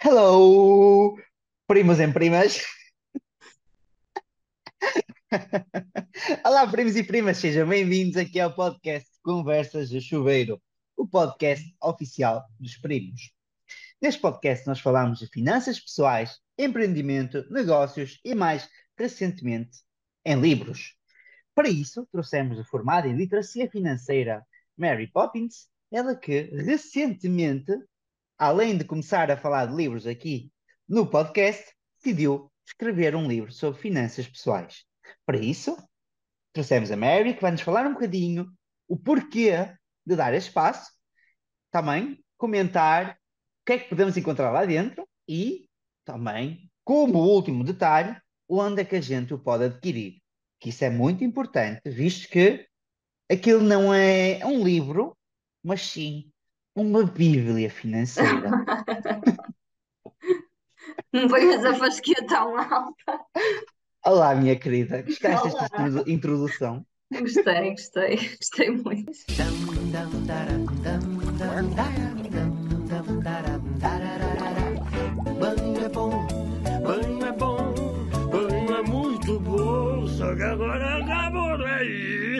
Hello, primos e primas. Olá, primos e primas, sejam bem-vindos aqui ao podcast Conversas de Chuveiro, o podcast oficial dos primos. Neste podcast nós falamos de finanças pessoais, empreendimento, negócios e mais recentemente em livros. Para isso, trouxemos a formada em literacia financeira Mary Poppins, ela que recentemente, além de começar a falar de livros aqui no podcast, decidiu escrever um livro sobre finanças pessoais. Para isso, trouxemos a Mary, que vai-nos falar um bocadinho o porquê de dar espaço, também comentar o que é que podemos encontrar lá dentro e também, como último detalhe, onde é que a gente o pode adquirir. Que isso é muito importante, visto que aquilo não é um livro, mas sim uma bíblia financeira. Não ponhas a fasquia tão alta. Olá, minha querida, gostaste desta Olá. introdução? Gostei muito. Banho é bom, banho é bom, banho é muito bom, só que agora acabou aí.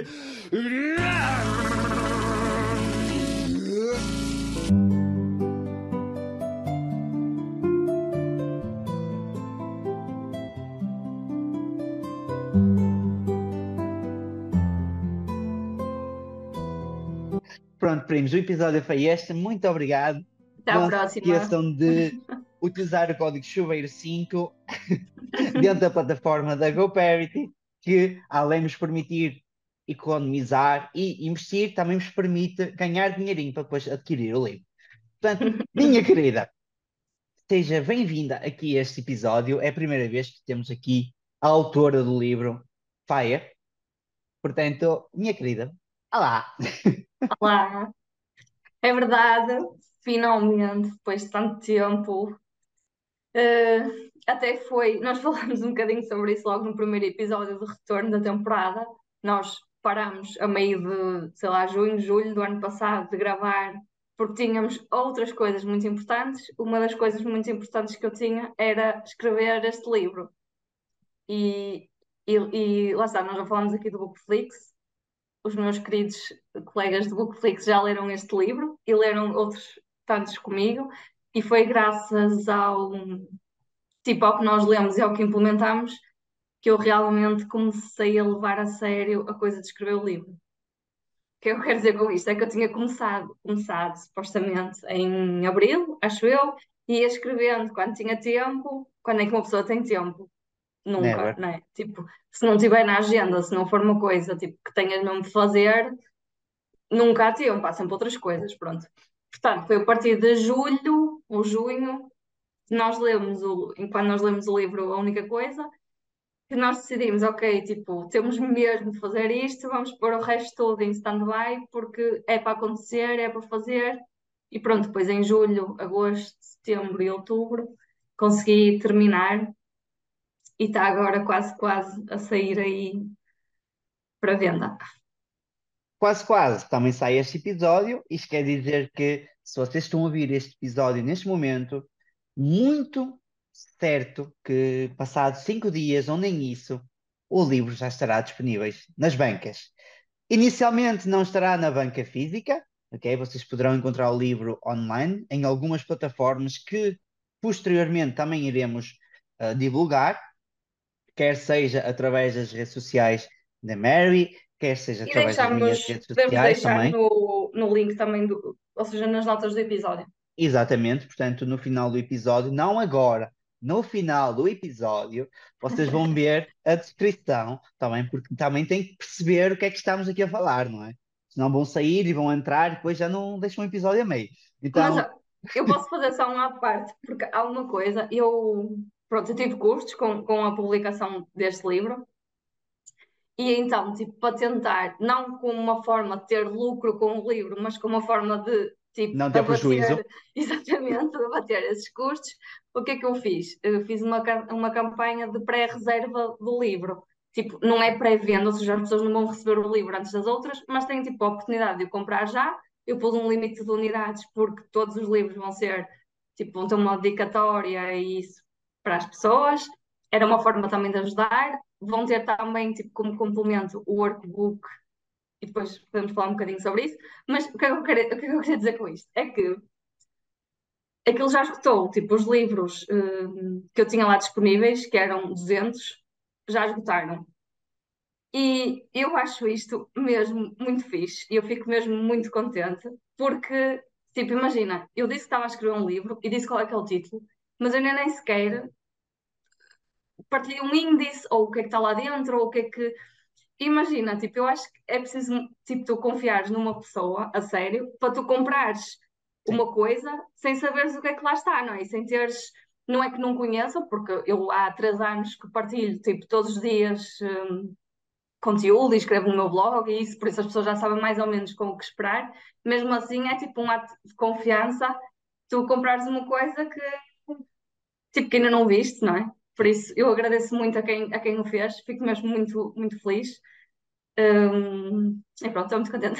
Pronto, primos, o episódio foi este. Muito obrigado. Até à Não se próxima. esqueçam de utilizar o código Chuveiro5 dentro da plataforma da GoParity, que além de nos permitir economizar e investir, também nos permite ganhar dinheirinho para depois adquirir o livro. Portanto, minha querida, seja bem-vinda aqui a este episódio. É a primeira vez que temos aqui a autora do livro, Faia. Portanto, minha querida, olá. Olá. É verdade, finalmente, depois de tanto tempo, eh, até foi. Nós falámos um bocadinho sobre isso logo no primeiro episódio do retorno da temporada. Nós parámos a meio de, sei lá, junho, julho do ano passado de gravar, porque tínhamos outras coisas muito importantes. Uma das coisas muito importantes que eu tinha era escrever este livro. E, e lá está, nós já falámos aqui do Bookflix. Os meus queridos colegas do Bookflix já leram este livro e leram outros tantos comigo. E foi graças ao que nós lemos e ao que implementamos que eu realmente comecei a levar a sério a coisa de escrever o livro. O que eu quero dizer com isto é que eu tinha começado supostamente em abril, acho eu, e ia escrevendo quando tinha tempo. Quando é que uma pessoa tem tempo? Nunca, Never. né? Tipo, se não tiver na agenda, se não for uma coisa tipo, que tenhas mesmo de fazer, nunca há tempo, há sempre outras coisas, pronto. Portanto, foi a partir de julho ou junho, quando nós lemos o livro, a única coisa, que nós decidimos, ok, tipo, temos mesmo de fazer isto, vamos pôr o resto todo em stand-by, porque é para acontecer, é para fazer, e pronto, depois em julho, agosto, setembro e outubro, consegui terminar, e está agora quase a sair aí para venda. Quase, quase. Também sai este episódio. Isto quer dizer que, se vocês estão a ouvir este episódio neste momento, muito certo que, passados 5 dias ou nem isso, o livro já estará disponível nas bancas. Inicialmente não estará na banca física, ok? Vocês poderão encontrar o livro online em algumas plataformas que posteriormente também iremos divulgar, quer seja através das redes sociais da Mary, quer seja E através das minhas redes podemos sociais deixar também. no link também, ou seja, nas notas do episódio. Exatamente, portanto, no final do episódio, não agora, no final do episódio, vocês vão ver a descrição, também, porque também têm que perceber o que é que estamos aqui a falar, não é? Senão vão sair e vão entrar e depois já não deixam o episódio a meio. Mas Então, ó, eu posso fazer só uma à parte, porque há uma coisa, pronto, eu tive custos com a publicação deste livro, e então, tipo, para tentar, não como uma forma de ter lucro com o livro, mas como uma forma de, tipo, não ter prejuízo. abater, exatamente, abater esses custos, o que é que eu fiz? Eu fiz uma campanha de pré-reserva do livro. Tipo, não é pré-venda, ou seja, as pessoas não vão receber o livro antes das outras, mas têm, tipo, a oportunidade de o comprar já. Eu pus um limite de unidades, porque todos os livros vão ser tipo, vão ter uma dedicatória e isso para as pessoas. Era uma forma também de ajudar. Vão ter também, tipo, como complemento, o workbook e depois podemos falar um bocadinho sobre isso. Mas o que é que eu queria dizer com isto? É que aquilo já esgotou, tipo, os livros que eu tinha lá disponíveis, que eram 200, já esgotaram. E eu acho isto mesmo muito fixe e eu fico mesmo muito contente porque, tipo, imagina, eu disse que estava a escrever um livro e disse qual é que é o título, mas eu nem sequer partilhei um índice ou o que é que está lá dentro ou o que é que. Imagina, tipo, eu acho que é preciso, tipo, tu confiares numa pessoa, a sério, para tu comprares Sim. uma coisa sem saberes o que é que lá está, não é? E sem teres, não é que não conheça, porque eu há 3 anos que partilho, tipo, todos os dias conteúdo e escrevo no meu blog e isso, por isso as pessoas já sabem mais ou menos com o que esperar. Mesmo assim, é tipo um ato de confiança tu comprares uma coisa que, tipo, que ainda não viste, não é? Por isso, eu agradeço muito a quem o fez, fico mesmo muito, muito feliz. E pronto, estou muito contente.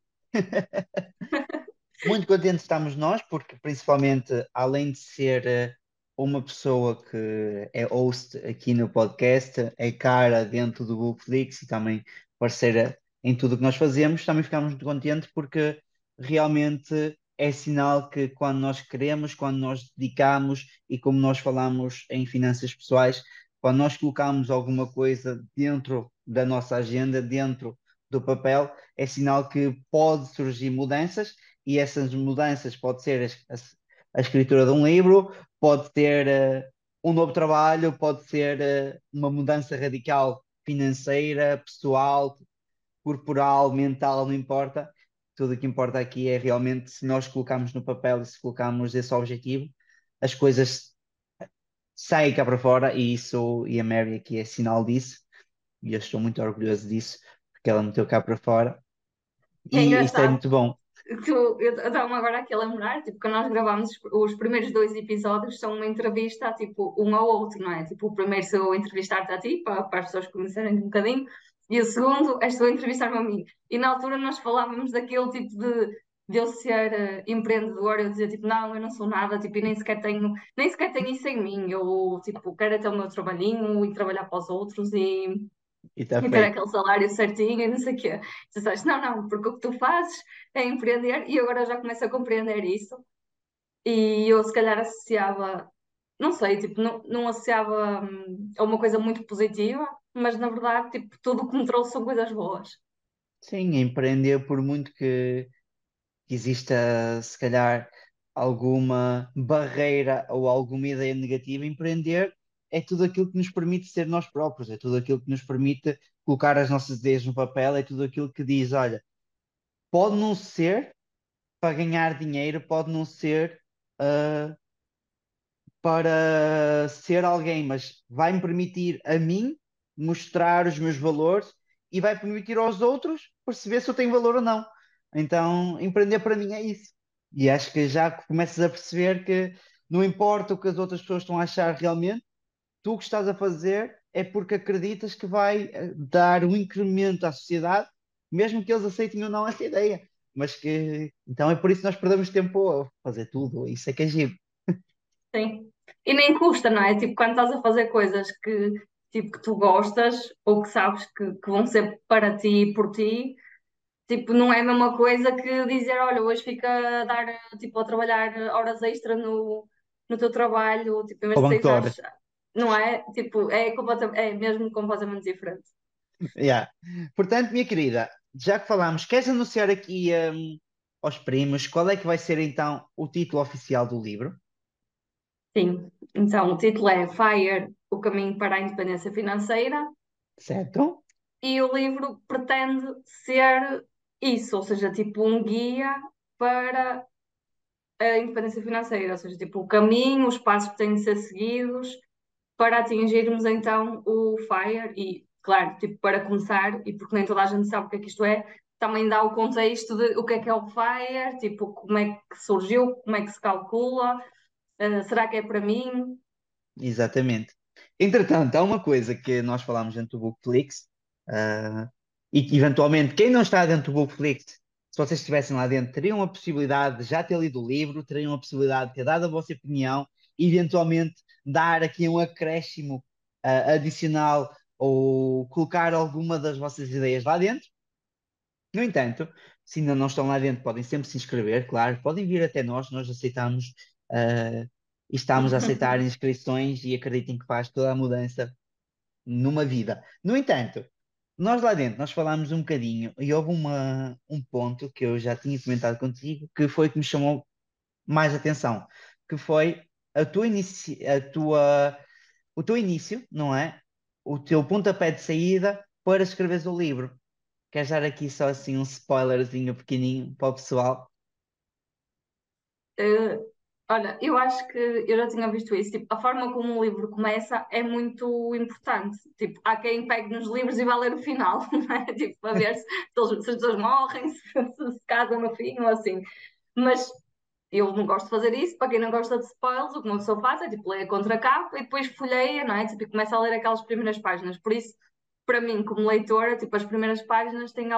Muito contentes estamos nós, porque principalmente, além de ser uma pessoa que é host aqui no podcast, é cara dentro do Bookflix e também parceira em tudo o que nós fazemos, também ficamos muito contentes porque realmente é sinal que quando nós queremos, quando nós dedicamos e como nós falamos em finanças pessoais, quando nós colocamos alguma coisa dentro da nossa agenda, dentro do papel, é sinal que pode surgir mudanças e essas mudanças pode ser a escritura de um livro, pode ter um novo trabalho, pode ser uma mudança radical financeira, pessoal, corporal, mental, não importa. Tudo o que importa aqui é realmente se nós colocamos no papel e se colocamos esse objetivo, as coisas saem cá para fora e isso, e a Mary aqui é sinal disso, e eu estou muito orgulhoso disso, porque ela meteu cá para fora, É e isso é engraçado. muito bom. Eu estava-me agora aqui a lembrar, tipo, quando nós gravámos os primeiros 2 episódios, são uma entrevista, tipo, um ao outro, não é? Tipo, o primeiro sou eu a entrevistar-te a ti, para as pessoas conhecerem um bocadinho, e o segundo és tu a entrevistar-me a mim. E na altura nós falávamos daquele tipo de eu ser empreendedor, eu dizer, tipo, não, eu não sou nada, tipo, e nem sequer tenho isso em mim, eu, tipo, quero é ter o meu trabalhinho e trabalhar para os outros E está e ter feito. aquele salário certinho e não sei o quê. Tu sabes, não, não, porque o que tu fazes é empreender e agora já começo a compreender isso. E eu se calhar associava, não sei, tipo, não associava a uma coisa muito positiva, mas na verdade, tipo, tudo o que me trouxe são coisas boas. Sim, empreender por muito que exista, se calhar, alguma barreira ou alguma ideia negativa, empreender é tudo aquilo que nos permite ser nós próprios, é tudo aquilo que nos permite colocar as nossas ideias no papel, é tudo aquilo que diz, olha, pode não ser para ganhar dinheiro, pode não ser ah, para ser alguém, mas vai-me permitir a mim mostrar os meus valores e vai permitir aos outros perceber se eu tenho valor ou não. Então, empreender para mim é isso. E acho que já começas a perceber que não importa o que as outras pessoas estão a achar realmente, tu o que estás a fazer é porque acreditas que vai dar um incremento à sociedade, mesmo que eles aceitem ou não essa ideia. Mas que então é por isso que nós perdemos tempo a fazer tudo. Isso é que é giro. Sim. E nem custa, não é? Tipo, quando estás a fazer coisas que tu gostas ou que sabes que vão ser para ti e por ti. Tipo, não é a mesma coisa que dizer, olha, hoje fica a dar, tipo, a trabalhar horas extra no teu trabalho, tipo, em vez Ao de banco de seis horas. horas, não é? Tipo, é mesmo completamente diferente. Yeah. Portanto, minha querida, já que falámos, queres anunciar aqui aos primos qual é que vai ser então o título oficial do livro? Sim. Então, o título é Fire, o caminho para a independência financeira, Certo? e o livro pretende ser isso, ou seja, tipo, um guia para a independência financeira, ou seja, tipo, o caminho, os passos que têm de ser seguidos para atingirmos então o FIRE e, claro, tipo, para começar, e porque nem toda a gente sabe o que é que isto é, também dá o contexto de o que é o FIRE, tipo, como é que surgiu, como é que se calcula, será que é para mim? Exatamente. Entretanto, há uma coisa que nós falámos dentro do Bookflix, ah, e que eventualmente quem não está dentro do Bookflix se vocês estivessem lá dentro, teriam a possibilidade de já ter lido o livro, teriam a possibilidade de ter dado a vossa opinião, e eventualmente dar aqui um acréscimo adicional ou colocar alguma das vossas ideias lá dentro. No entanto, se ainda não estão lá dentro, podem sempre se inscrever, claro, podem vir até nós aceitamos e estamos a aceitar inscrições e acreditem que faz toda a mudança numa vida. No entanto, nós lá dentro, nós falámos um bocadinho e houve um ponto que eu já tinha comentado contigo, que foi que me chamou mais atenção, que foi o teu início, não é? O teu pontapé de saída para escreveres o livro. Queres dar aqui só assim um spoilerzinho pequenininho para o pessoal? Eh, Olha, eu acho que eu já tinha visto isso. Tipo, a forma como o livro começa é muito importante. Tipo, há quem pegue nos livros e vá ler o final, não é? Tipo, para ver se as pessoas morrem, se casam no fim ou assim. Mas eu não gosto de fazer isso. Para quem não gosta de spoilers, o que uma pessoa faz é tipo, lê a contracapa e depois folheia, não é? Tipo, e começa a ler aquelas primeiras páginas. Por isso, para mim, como leitora, tipo, as primeiras páginas têm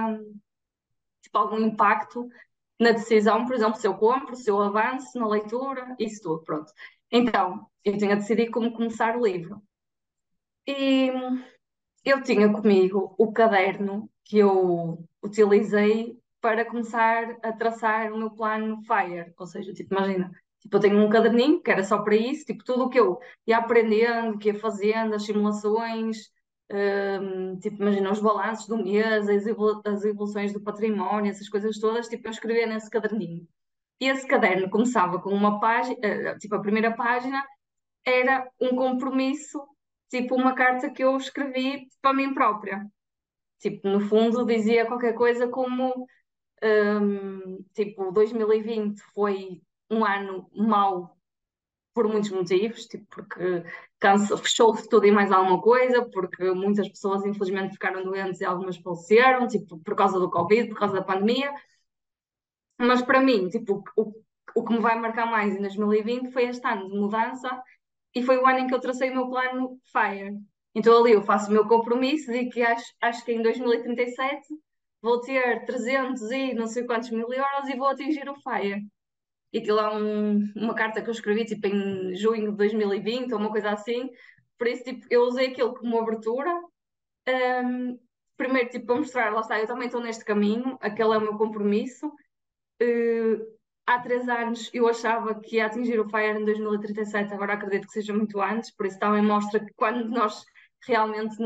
algum impacto na decisão, por exemplo, se eu compro, se eu avanço na leitura, isso tudo, pronto. Então, eu tinha decidido como começar o livro. E eu tinha comigo o caderno que eu utilizei para começar a traçar o meu plano FIRE. Ou seja, tipo, imagina, tipo, eu tenho um caderninho que era só para isso, tipo, tudo o que eu ia aprendendo, que ia fazendo, as simulações, tipo, imagina os balanços do mês, as evoluções do património, essas coisas todas, tipo, eu escrevia nesse caderninho. E esse caderno começava com uma página, tipo, a primeira página era um compromisso, tipo, uma carta que eu escrevi para mim própria. Tipo, no fundo dizia qualquer coisa como, tipo, 2020 foi um ano mau por muitos motivos, tipo, porque fechou-se tudo e mais alguma coisa, porque muitas pessoas infelizmente ficaram doentes e algumas faleceram, tipo, por causa do Covid, por causa da pandemia. Mas para mim, tipo, o que me vai marcar mais em 2020 foi este ano de mudança e foi o ano em que eu tracei o meu plano FIRE. Então ali eu faço o meu compromisso de que acho que em 2037 vou ter 300 e não sei quantos mil euros e vou atingir o FIRE. E aquilo é uma carta que eu escrevi tipo em junho de 2020 ou uma coisa assim. Por isso, tipo, eu usei aquilo como abertura. Ahm, Primeiro, tipo, para mostrar, lá está, eu também estou neste caminho, aquele é o meu compromisso. Eh, Há 3 anos eu achava que ia atingir o FIRE em 2037, agora acredito que seja muito antes, por isso também mostra que quando nós realmente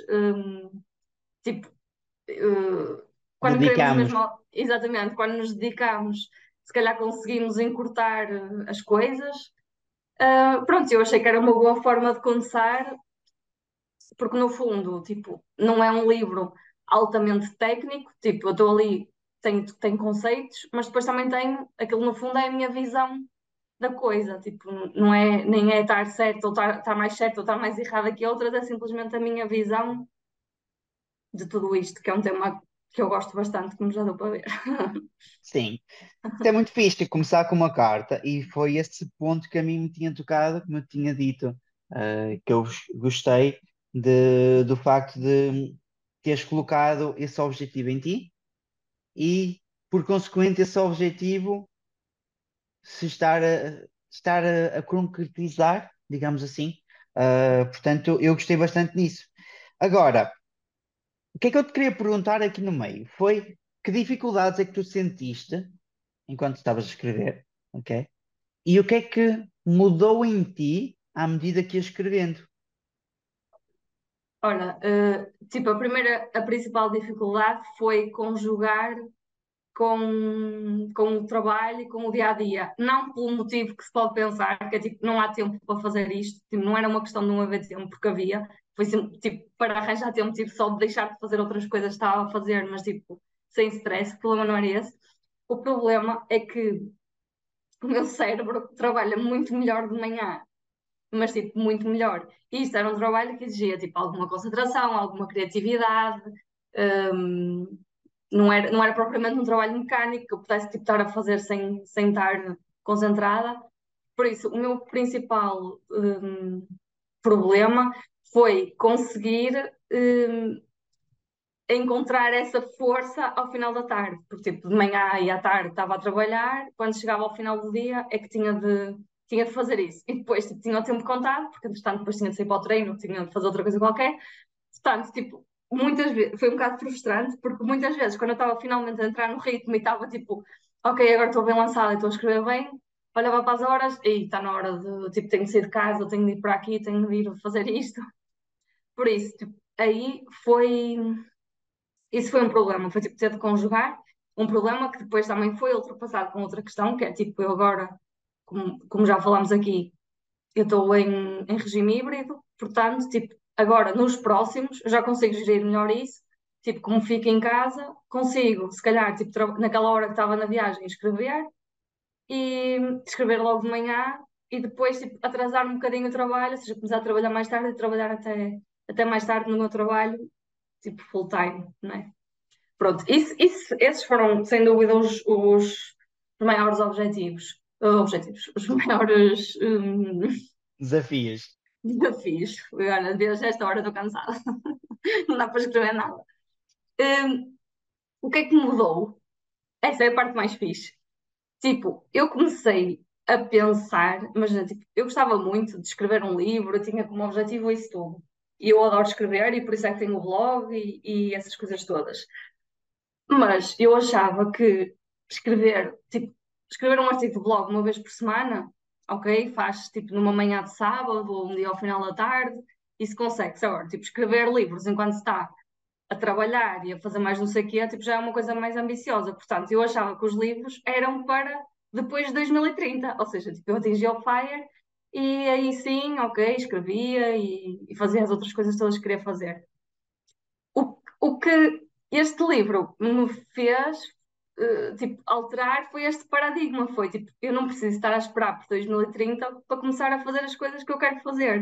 tipo, quando queremos Dedicamos. mesmo, exatamente, quando nos dedicamos, se calhar conseguimos encurtar as coisas. Pronto, eu achei que era uma boa forma de começar, porque no fundo, tipo, não é um livro altamente técnico, tipo, eu estou ali, tenho conceitos, mas depois também tenho, aquilo no fundo é a minha visão da coisa, tipo, não é, nem é estar certo ou estar mais certo ou estar mais errado que outras, é simplesmente a minha visão de tudo isto, que é um tema que eu gosto bastante, como já deu para ver. Sim. Isso é muito fixe, começar com uma carta, e foi esse ponto que a mim me tinha tocado, como eu tinha dito, que eu gostei do facto de teres colocado esse objetivo em ti e, por consequente, esse objetivo se estar a concretizar, digamos assim. Portanto, eu gostei bastante nisso. Agora, o que é que eu te queria perguntar aqui no meio foi que dificuldades é que tu sentiste enquanto estavas a escrever, ok? E o que é que mudou em ti à medida que ias escrevendo? Olha, tipo, a principal dificuldade foi conjugar com o trabalho e com o dia a dia. Não pelo motivo que se pode pensar, que é tipo, não há tempo para fazer isto, tipo, não era uma questão de não haver tempo, porque havia, foi sempre, tipo, para arranjar tempo, tipo, só de deixar de fazer outras coisas que estava a fazer, mas tipo, sem stress, o problema não era esse. O problema é que o meu cérebro trabalha muito melhor de manhã, mas tipo, muito melhor. E isto era um trabalho que exigia tipo, alguma concentração, alguma criatividade. hum, não era propriamente um trabalho mecânico que eu pudesse tipo, estar a fazer sem estar concentrada. Por isso, o meu principal problema foi conseguir a encontrar essa força ao final da tarde, porque tipo, de manhã e à tarde estava a trabalhar, quando chegava ao final do dia é que tinha de fazer isso. E depois tipo, tinha o tempo contado, porque entretanto depois tinha de sair para o treino, tinha de fazer outra coisa qualquer. Portanto, tipo, muitas vezes, foi um bocado frustrante, porque muitas vezes quando eu estava finalmente a entrar no ritmo e estava tipo, ok, agora estou bem lançada e estou a escrever bem, olhava para as horas e está na hora de, tipo, tenho de sair de casa, tenho de ir para aqui, tenho de ir fazer isto. Por isso, tipo, aí foi. Isso foi um problema, foi tipo ter de conjugar. Um problema que depois também foi ultrapassado com outra questão, que é tipo, eu agora, como já falámos aqui, eu estou em regime híbrido, portanto, tipo, agora nos próximos eu já consigo gerir melhor isso. Tipo, como fico em casa, consigo, se calhar, tipo, naquela hora que estava na viagem, e escrever logo de manhã e depois tipo, atrasar um bocadinho o trabalho, ou seja, começar a trabalhar mais tarde e trabalhar até mais tarde no meu trabalho, tipo full time, não é? Pronto, esses foram sem dúvida os maiores objetivos, os maiores Desafios. desafios. Olha, desde esta hora estou cansada, não dá para escrever nada. Hum, o que é que mudou? Essa é a parte mais fixe. Tipo, eu comecei a pensar, imagina, tipo, eu gostava muito de escrever um livro, eu tinha como objetivo isso tudo. E eu adoro escrever e por isso é que tenho o blog e essas coisas todas. Mas eu achava que escrever um artigo de blog uma vez por semana, ok, faz tipo numa manhã de sábado ou um dia ao final da tarde, isso consegue-se. Agora, tipo, escrever livros enquanto se está a trabalhar e a fazer mais não sei o quê, tipo, já é uma coisa mais ambiciosa. Portanto, eu achava que os livros eram para depois de 2030, ou seja, tipo, eu atingi o FIRE e aí sim, ok, escrevia e fazia as outras coisas todas que queria fazer. O que este livro me fez, tipo, alterar foi este paradigma, foi, tipo, eu não preciso estar a esperar por 2030 para começar a fazer as coisas que eu quero fazer.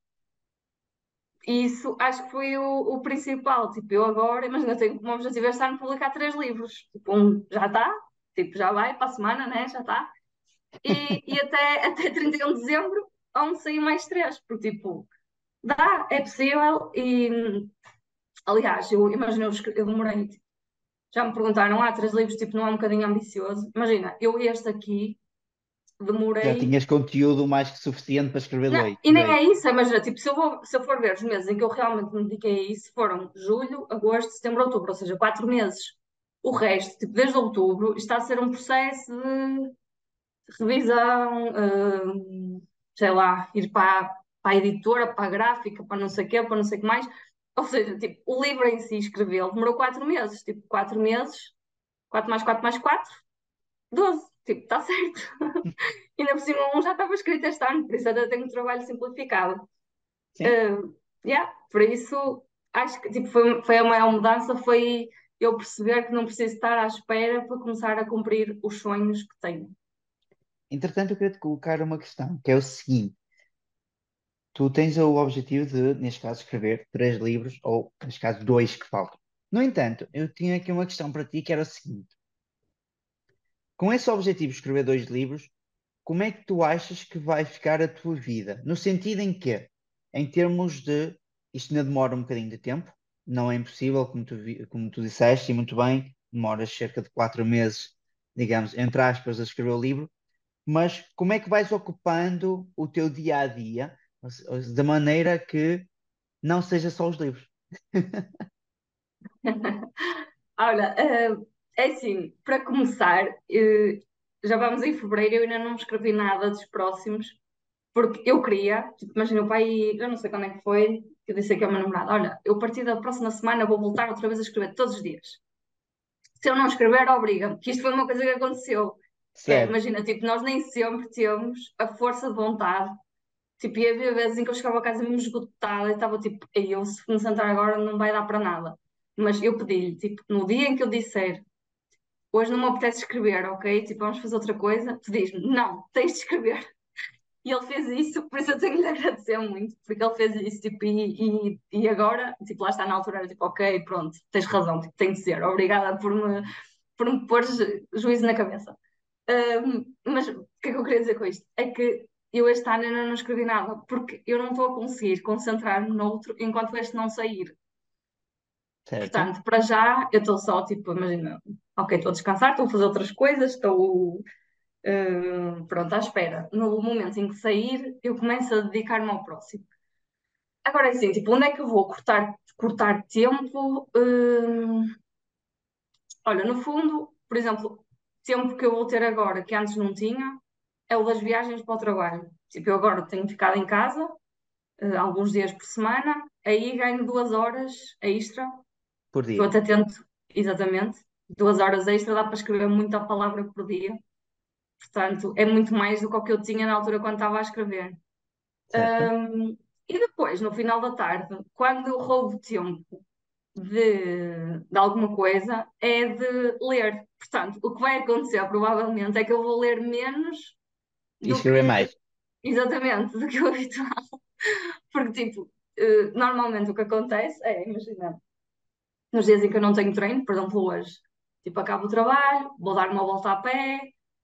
E isso acho que foi o principal. Tipo, eu agora, imagina, eu tenho como objetivo este ano publicar 3 livros. Tipo, um já está, tipo, já vai para a semana, né? Já está. E até 31 de dezembro vão sair mais 3, porque tipo, dá, é possível. E aliás, eu imagino, eu demorei, tipo, já me perguntaram, 3 livros, tipo, não é um bocadinho ambicioso? Imagina, eu este aqui Já demorei. tinhas conteúdo mais que suficiente para escrever Não, dois. e nem é isso, imagina, tipo, se eu for ver os meses em que eu realmente me dediquei a isso, foram julho, agosto, setembro, outubro, ou seja, 4 meses. O resto, tipo, desde outubro, está a ser um processo de revisão, sei lá, ir para a editora, para a gráfica, para não sei o quê, para não sei o que mais. Ou seja, tipo, o livro em si, escrevê-lo, demorou 4 meses. Tipo, 4 meses, 4 mais 4 mais 4, 12. Tipo, está certo. E ainda por cima um já estava escrito este ano, por isso ainda tenho um trabalho simplificado. Sim. Yeah, por isso, acho que tipo, foi a maior mudança, foi eu perceber que não preciso estar à espera para começar a cumprir os sonhos que tenho. Entretanto, eu queria te colocar uma questão, que é o seguinte. Tu tens o objetivo de, neste caso, escrever 3 livros, ou, neste caso, 2 que faltam. No entanto, eu tinha aqui uma questão para ti, que era o seguinte. Com esse objetivo de escrever 2 livros, como é que tu achas que vai ficar a tua vida? No sentido em que, em termos de, isto ainda demora um bocadinho de tempo, não é impossível, como tu disseste, e muito bem, demoras cerca de 4 meses, digamos, entre aspas, a escrever o livro, mas como é que vais ocupando o teu dia a dia, da maneira que não seja só os livros? Olha, é assim, para começar, já vamos em fevereiro, eu ainda não escrevi nada dos próximos, porque eu queria, tipo, imagina o pai, eu não sei quando é que foi, que eu disse aqui ao meu namorado, olha, eu a partir da próxima semana vou voltar outra vez a escrever todos os dias. Se eu não escrever, obriga-me, que isto foi uma coisa que aconteceu. Certo. Imagina, tipo, nós nem sempre temos a força de vontade. Tipo, e havia vezes em que eu chegava a casa mesmo esgotada e estava tipo, ei, eu se me sentar agora não vai dar para nada. Mas eu pedi-lhe, tipo, no dia em que eu disser, hoje não me apetece escrever, ok? Tipo, vamos fazer outra coisa, tu diz-me, não, tens de escrever. E ele fez isso, por isso eu tenho de lhe agradecer muito, porque ele fez isso, tipo, e agora, tipo, lá está na altura, era tipo, ok, pronto, tens razão, tipo, tem de ser, obrigada por me pôr juízo na cabeça. Mas o que é que eu queria dizer com isto? É que eu este ano ainda não escrevi nada, porque eu não estou a conseguir concentrar-me noutro enquanto este não sair. Certo? Portanto, para já, eu estou só, tipo, imagina, ok, estou a descansar, estou a fazer outras coisas, estou, pronto, à espera. No momento em que sair, eu começo a dedicar-me ao próximo. Agora, é assim, tipo, onde é que eu vou cortar tempo? Olha, no fundo, por exemplo, tempo que eu vou ter agora, que antes não tinha, é o das viagens para o trabalho. Tipo, eu agora tenho ficado em casa, alguns dias por semana, aí ganho 2 horas extra, Por que eu dia. até tento, exatamente, 2 horas extra dá para escrever muita palavra por dia. Portanto, é muito mais do que o que eu tinha na altura quando estava a escrever. Certo? E depois, no final da tarde, quando eu roubo tempo de alguma coisa, é de ler. Portanto, o que vai acontecer provavelmente é que eu vou ler menos E do escrever que, mais. exatamente, do que o habitual. Porque, tipo, normalmente o que acontece é, imagina, nos dias em que eu não tenho treino, por exemplo, hoje, tipo, acabo o trabalho, vou dar uma volta a pé,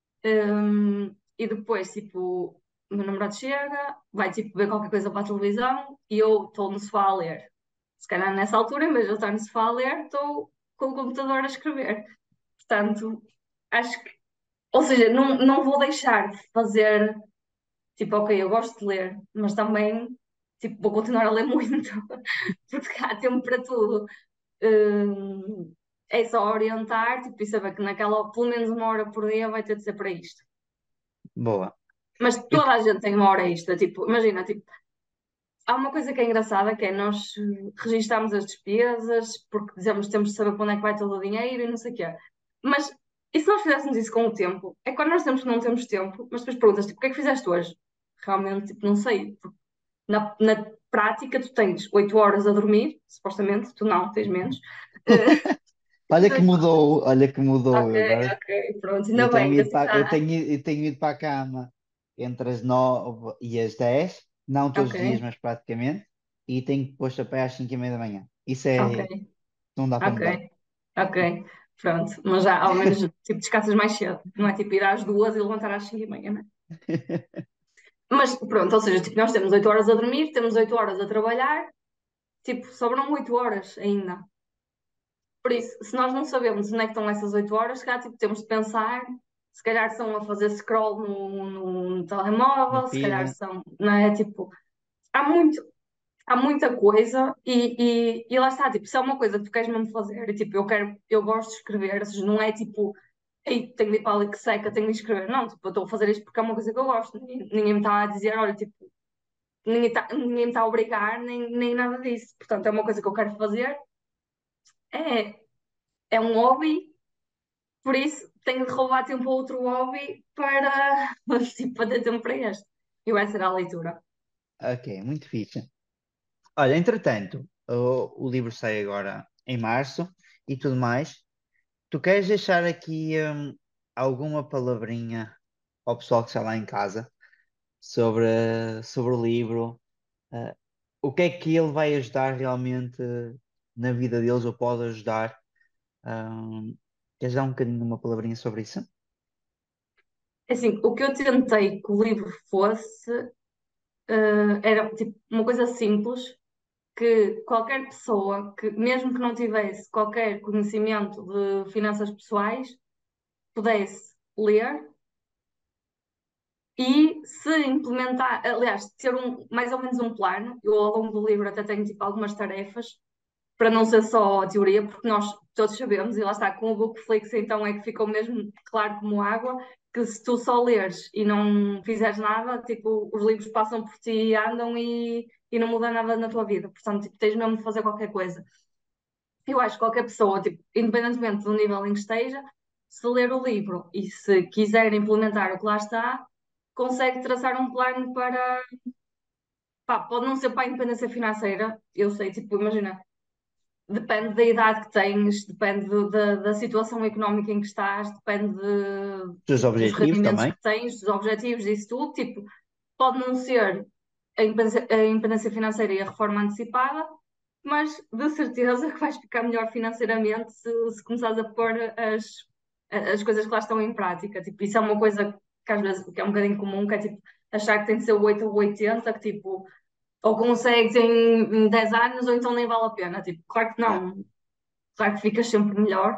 e depois, tipo, o meu namorado chega, vai, tipo, ver qualquer coisa para a televisão e eu estou no sofá a ler. Se calhar nessa altura, em vez de eu estar no sofá a ler, estou com o computador a escrever. Portanto, acho que, ou seja, não vou deixar de fazer, tipo, ok, eu gosto de ler, mas também, tipo, vou continuar a ler muito, porque há tempo para tudo. É só orientar, tipo, e saber que naquela, pelo menos 1 hora por dia vai ter de ser para isto. Boa. Mas Eu, toda a gente tem 1 hora extra, tipo, imagina, tipo, há uma coisa que é engraçada, que é nós registamos as despesas, porque dizemos que temos de saber para onde é que vai todo o dinheiro e não sei o quê. Mas, e se nós fizéssemos isso com o tempo? É quando nós dizemos que não temos tempo, mas depois perguntas, tipo, o que é que fizeste hoje? Realmente, tipo, não sei. Porque na prática, tu tens 8 horas a dormir, supostamente, tu não, tens menos. Então, olha que mudou. ok, Eu agora ok, pronto, ainda eu tenho bem que ido assim para, eu está. tenho, eu tenho ido para a cama entre as 9 e as 10, não todos Ok, os dias, mas praticamente, e tenho posto a pé às 5:30 da manhã. Isso ok, é, não dá para ok. mudar. Ok, pronto. Mas já ao menos tipo, descansas mais cedo. Não é tipo ir às 2 e levantar às 5:30, né? Mas pronto, ou seja, tipo, nós temos 8 horas a dormir, temos 8 horas a trabalhar, tipo, sobram 8 horas ainda. Por isso, se nós não sabemos onde é que estão essas 8 horas, se calhar tipo, temos de pensar, se calhar são a fazer scroll no No telemóvel, se calhar feed. são, não é? Tipo, há muito, há muita coisa e lá está, tipo, se é uma coisa que tu queres mesmo fazer, e, tipo, eu gosto de escrever, ou seja, não é tipo, ei, tenho de ir para ali que seca, tenho de escrever, não, tipo, eu estou a fazer isto porque é uma coisa que eu gosto, ninguém me está a dizer, olha, tipo, ninguém me está a obrigar, nem nada disso, portanto, é uma coisa que eu quero fazer, é, é um hobby, por isso tenho de roubar tempo a outro hobby para, tipo, para ter tempo para este, e vai ser a leitura. Ok, muito fixe. Olha, entretanto, o livro sai agora em março e tudo mais. Tu queres deixar aqui alguma palavrinha ao pessoal que está lá em casa sobre o livro? Uh, o que é que ele vai ajudar realmente na vida deles ou pode ajudar? Queres dar um bocadinho uma palavrinha sobre isso? Assim, o que eu tentei que o livro fosse era tipo uma coisa simples que qualquer pessoa que, mesmo que não tivesse qualquer conhecimento de finanças pessoais, pudesse ler e se implementar, aliás, ter mais ou menos um plano. Eu ao longo do livro até tenho tipo algumas tarefas para não ser só a teoria, porque nós todos sabemos, e lá está, com o Bookflix então é que ficou mesmo claro como água, que se tu só leres e não fizeres nada, tipo, os livros passam por ti e andam e não muda nada na tua vida. Portanto, tipo, tens mesmo de fazer qualquer coisa. Eu acho que qualquer pessoa, tipo, independentemente do nível em que esteja, se ler o livro e se quiser implementar o que lá está, consegue traçar um plano para. Pá, pode não ser para a independência financeira, eu sei, tipo, imagina, depende da idade que tens, depende da situação económica em que estás, depende Dos tipo, dos objetivos rendimentos também? que tens, dos objetivos, disso tudo. Tipo, pode não ser a independência financeira e a reforma antecipada, mas de certeza que vais ficar melhor financeiramente se começares a pôr as coisas que lá estão em prática. Tipo, isso é uma coisa que às vezes que é um bocadinho comum, que é tipo achar que tem de ser o 8 ou 80, que tipo, ou consegues em 10 anos, ou então nem vale a pena. Tipo, claro que Yeah. não. claro que ficas sempre melhor.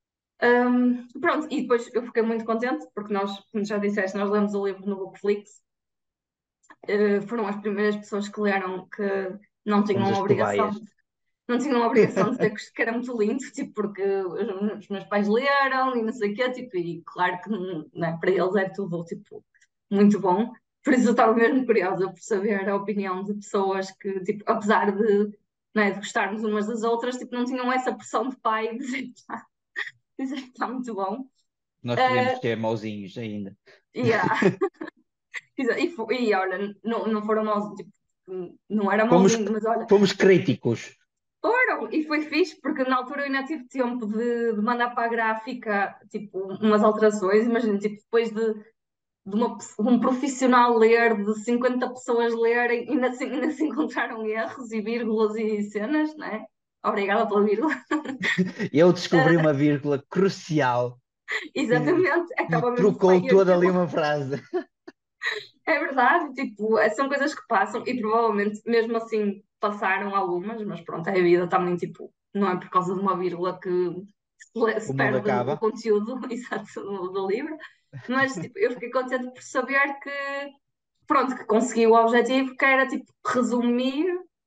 Pronto, e depois eu fiquei muito contente, porque nós, como já disseste, nós lemos o livro no Bookflix. Foram as primeiras pessoas que leram que não Fomos tinham as a obrigação cobaias. não tinham a obrigação de dizer que era muito lindo, tipo, porque os meus pais leram e não sei o quê, tipo, e claro que não é, para eles é tudo, tipo, muito bom. Por isso eu estava mesmo curiosa por saber a opinião de pessoas que, tipo, apesar de, não é, de gostarmos umas das outras, tipo, não tinham essa pressão de pai de dizer que está muito bom. Nós podemos Uh, ser mauzinhos ainda. yeah. E olha, não foram maus, tipo, não era Fomos, mauzinho, mas olha, fomos críticos. foram, e foi fixe, porque na altura eu ainda tive tempo de mandar para a gráfica, tipo, umas alterações, imagina, tipo, depois de um profissional ler, de 50 pessoas lerem, ainda se encontraram erros e vírgulas e cenas, né? Obrigada pela vírgula. Eu descobri uma vírgula crucial que, Exatamente, é que que estava mesmo trocou feio toda ali aquilo. uma frase. É verdade, tipo, são coisas que passam e provavelmente mesmo assim passaram algumas, mas pronto, é a vida também, tipo, não é por causa de uma vírgula que se O mundo perde o acaba. conteúdo exato do livro, mas tipo, eu fiquei contente por saber que, pronto, que consegui o objetivo, que era tipo resumir,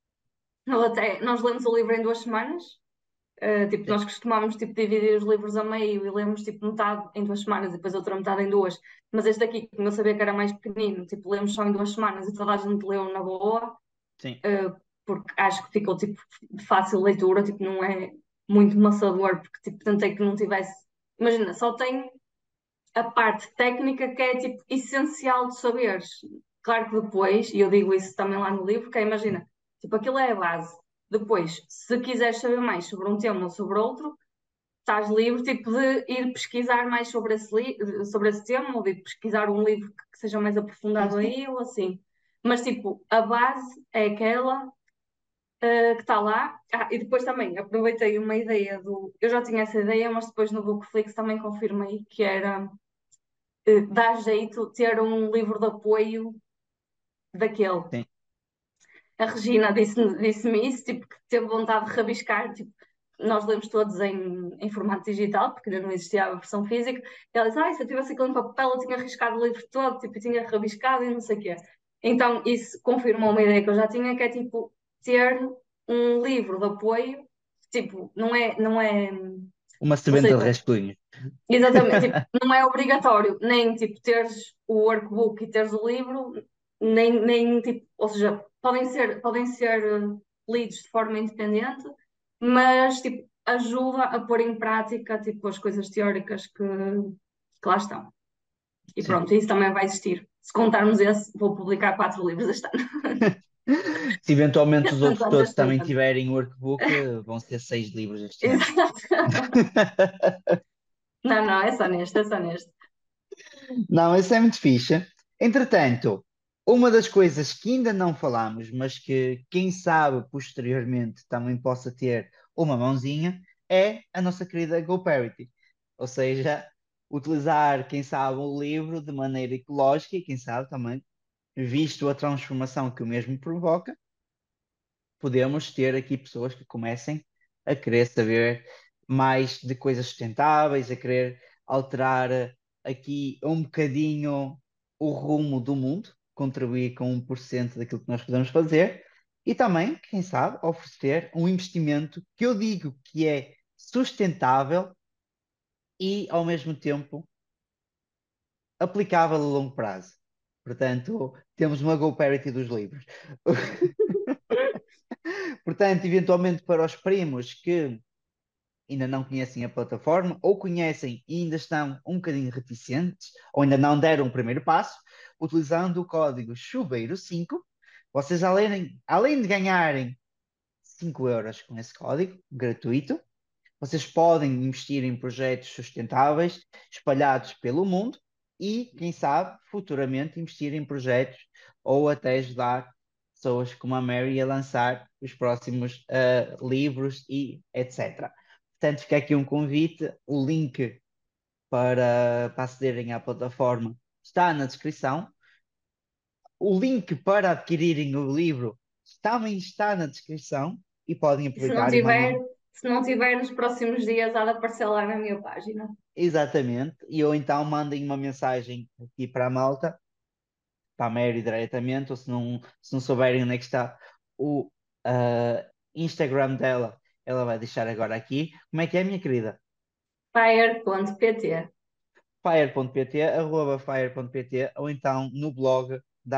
nós lemos o livro em 2 semanas. Tipo, Sim. nós costumávamos tipo, dividir os livros a meio e lemos tipo, metade em 2 semanas e depois outra metade em duas. Mas este aqui, como eu sabia que era mais pequenino, tipo, lemos só em 2 semanas e toda a gente leu na boa, Sim. porque acho que ficou tipo, de fácil leitura, tipo, não é muito maçador, porque tipo, tentei que não tivesse. Imagina, só tem a parte técnica que é tipo, essencial de saberes. Claro que depois, e eu digo isso também lá no livro, que é, imagina, tipo, aquilo é a base. Depois, se quiseres saber mais sobre um tema ou sobre outro, estás livre tipo, de ir pesquisar mais sobre esse tema ou de ir pesquisar um livro que seja mais Sim, aprofundado sim. aí ou assim. Mas, tipo, a base é aquela que está lá. E depois também aproveitei uma ideia do. Eu já tinha essa ideia, mas depois no Bookflix também confirmei que era dá jeito ter um livro de apoio daquele. Sim. A Regina disse-me isso, tipo, que teve vontade de rabiscar, tipo, nós lemos todos em formato digital, porque ainda não existia a versão física, e ela disse, se eu tivesse aquilo em papel, eu tinha arriscado o livro todo, tipo, eu tinha rabiscado e não sei o quê. Então, isso confirmou uma ideia que eu já tinha, que é, tipo, ter um livro de apoio, tipo, não é, Uma ou sebenta de seja, rascunhos. exatamente, tipo, não é obrigatório nem tipo teres o workbook e teres o livro, nem tipo, ou seja, podem ser lidos de forma independente, mas tipo, ajuda a pôr em prática tipo, as coisas teóricas que lá estão. E Sim. pronto, isso também vai existir. Se contarmos esse, vou publicar 4 livros este ano. Se eventualmente os Este ano, outros todos este também ano. tiverem workbook, vão ser 6 livros este ano. Exato. Não, não, é só neste, é só neste. Não, isso é muito fixe. Entretanto, uma das coisas que ainda não falámos, mas que quem sabe posteriormente também possa ter uma mãozinha, é a nossa querida GoParity. Ou seja, utilizar, quem sabe, o livro de maneira ecológica e quem sabe também, visto a transformação que o mesmo provoca, podemos ter aqui pessoas que comecem a querer saber mais de coisas sustentáveis, a querer alterar aqui um bocadinho o rumo do mundo, contribuir com 1% daquilo que nós podemos fazer e também, quem sabe, oferecer um investimento que eu digo que é sustentável e, ao mesmo tempo, aplicável a longo prazo. Portanto, temos uma GoParity dos livros. Portanto, eventualmente para os primos que ainda não conhecem a plataforma, ou conhecem e ainda estão um bocadinho reticentes, ou ainda não deram o primeiro passo, utilizando o código Chuveiro5, vocês além de ganharem 5 euros com esse código gratuito, vocês podem investir em projetos sustentáveis espalhados pelo mundo e, quem sabe, futuramente investir em projetos ou até ajudar pessoas como a Mary a lançar os próximos livros e etc. Portanto, fica aqui um convite, o link para acederem à plataforma está na descrição. O link para adquirirem o livro também está na descrição e podem E se não aproveitar e tiver, mandem. Se não tiver nos próximos dias, há de aparecer lá na minha página. Exatamente. E ou então mandem uma mensagem aqui para a malta, para a Mary diretamente, ou se não souberem onde é que está o Instagram dela, ela vai deixar agora aqui. Como é que é, minha querida? Fire.pt. Fire.pt, arroba fire.pt, ou então no blog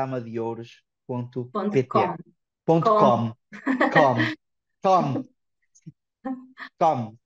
.com. damadeuros.pt. Ponto Com. .com. Com. Com. Com.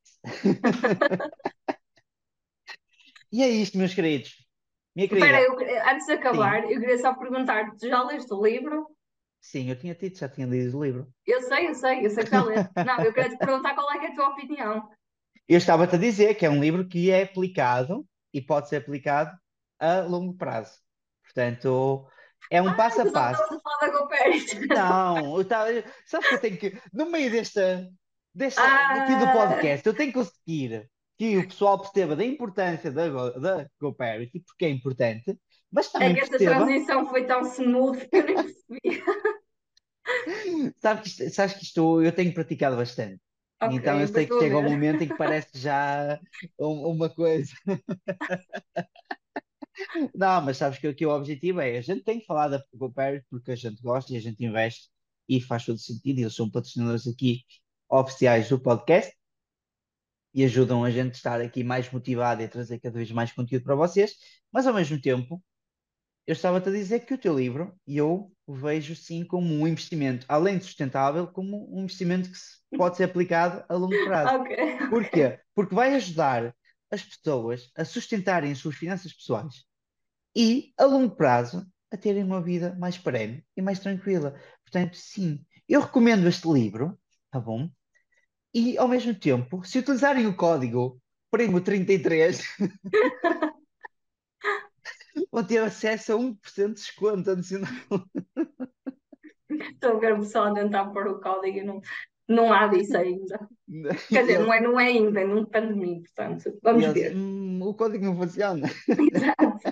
E é isto, meus queridos. Minha Espera, querida, antes de sim, acabar, eu queria só perguntar: tu já leste o livro? sim, eu tinha dito, já tinha lido o livro. Eu sei que já leste. Não, eu queria te perguntar qual é que é a tua opinião. Eu estava-te a dizer que é um livro que é aplicado e pode ser aplicado a longo prazo. Portanto, é um passo a Tu já passo. estavas a falar da GoParent. Não, sabes que eu tenho que, no meio daqui do Ah, podcast, eu tenho que conseguir que o pessoal perceba da importância da GoParity, e porque é importante, mas é também que essa perceba, transição foi tão smooth que eu nem percebi. sabes que isto eu tenho praticado bastante. Ok, Então eu depois sei que estou a chega um ver. momento em que parece já uma coisa. Não, mas sabes que aqui o objetivo é, a gente tem que falar da GoParity porque a gente gosta e a gente investe e faz todo sentido. E eles são patrocinadores aqui oficiais do podcast e ajudam a gente a estar aqui mais motivado e a trazer cada vez mais conteúdo para vocês. Mas ao mesmo tempo, eu estava-te a dizer que o teu livro, eu o vejo sim como um investimento, além de sustentável, como um investimento pode ser aplicado a longo prazo. Ok, ok. Porquê? Porque vai ajudar as pessoas a sustentarem as suas finanças pessoais e, a longo prazo, a terem uma vida mais perene e mais tranquila. Portanto, sim, eu recomendo este livro, tá bom? E, ao mesmo tempo, se utilizarem o código PRIMO33, vão ter acesso a 1% de desconto adicional. Estou a ver o pessoal a tentar pôr o código e não há disso ainda. Quer E dizer, eles, não é ainda, não depende de mim, portanto, e vamos eles, ver. o código não funciona. Exato.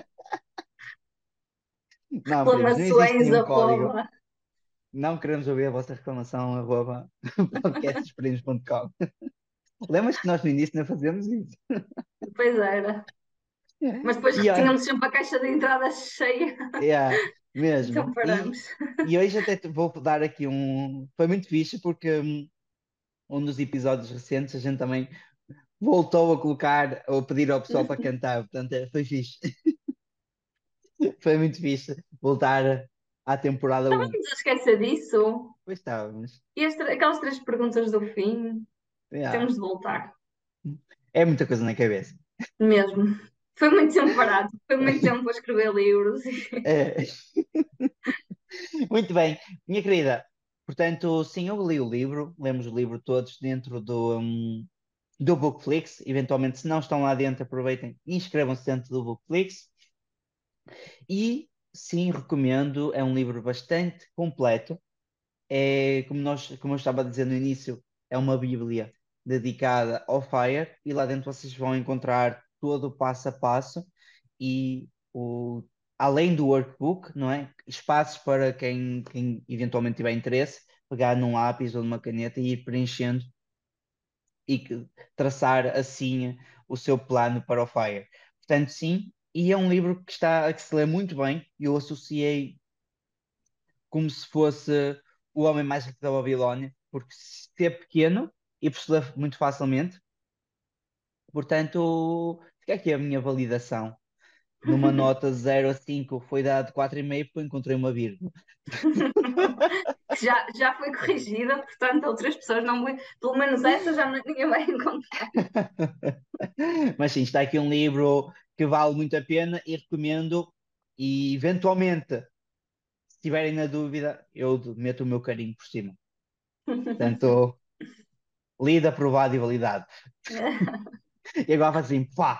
Não, primos, não existe Reclamações, nenhum código. arroba. Não queremos ouvir a vossa reclamação, arroba podcastesprimos.com. Lembras que nós no início não fazemos isso? Pois era. Mas depois E olha, tínhamos sempre a caixa de entrada cheia, yeah, então mesmo. paramos. E hoje até te vou dar aqui um. Foi muito fixe porque um dos episódios recentes a gente também voltou a colocar ou pedir ao pessoal para cantar. Portanto, foi fixe. Foi muito fixe voltar à temporada um. Estamos a esquecer disso. Pois estávamos. E aquelas três perguntas do fim, Yeah. temos de voltar. É muita coisa na cabeça. Mesmo. Foi muito tempo parado, foi muito tempo a escrever livros. É. Muito bem, minha querida. Portanto, sim, eu li o livro, lemos o livro todos dentro do Bookflix. Eventualmente, se não estão lá dentro, aproveitem e inscrevam-se dentro do Bookflix. E sim, recomendo, é um livro bastante completo. É, como eu estava a dizer no início, é uma Bíblia dedicada ao Fire e lá dentro vocês vão encontrar todo o passo a passo e além do workbook, não é? Espaços para quem eventualmente tiver interesse, pegar num lápis ou numa caneta e ir preenchendo e traçar assim o seu plano para o Fire. Portanto, sim, e é um livro que se lê muito bem. Eu associei como se fosse o homem mais rico da Babilónia, porque se é pequeno e percebe muito facilmente. Portanto, fica aqui a minha validação. Numa nota 0 a 5 foi dado 4,5 porque encontrei uma vírgula. Já foi corrigida, portanto, outras pessoas não. Pelo menos essa já ninguém vai encontrar. Mas sim, está aqui um livro que vale muito a pena e recomendo. E eventualmente, se estiverem na dúvida, eu meto o meu carinho por cima. Portanto, lido, aprovado e validado. E agora faz assim, pá!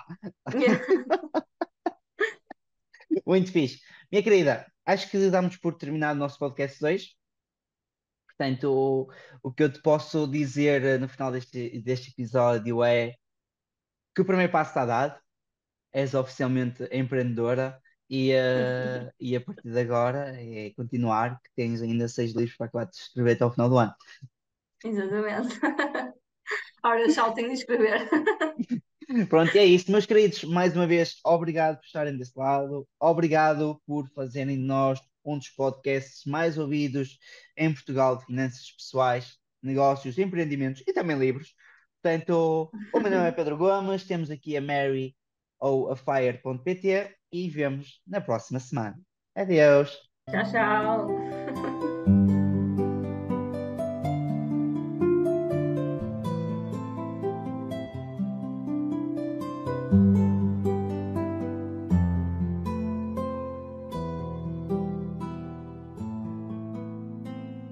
Muito fixe. Minha querida, acho que damos por terminado o nosso podcast de hoje. Portanto, o que eu te posso dizer no final deste episódio é que o primeiro passo está dado, és oficialmente empreendedora e a partir de agora é continuar, que tens ainda 6 livros para acabar de escrever até ao final do ano. Exatamente. Ora, tchau, tenho de escrever. Pronto, é isso, meus queridos. Mais uma vez, obrigado por estarem desse lado. Obrigado por fazerem de nós um dos podcasts mais ouvidos em Portugal de finanças pessoais, negócios, empreendimentos e também livros. Portanto, o meu nome é Pedro Gomes, temos aqui a Mary ou a Fire.pt e vemos na próxima semana. Adeus. Tchau, tchau.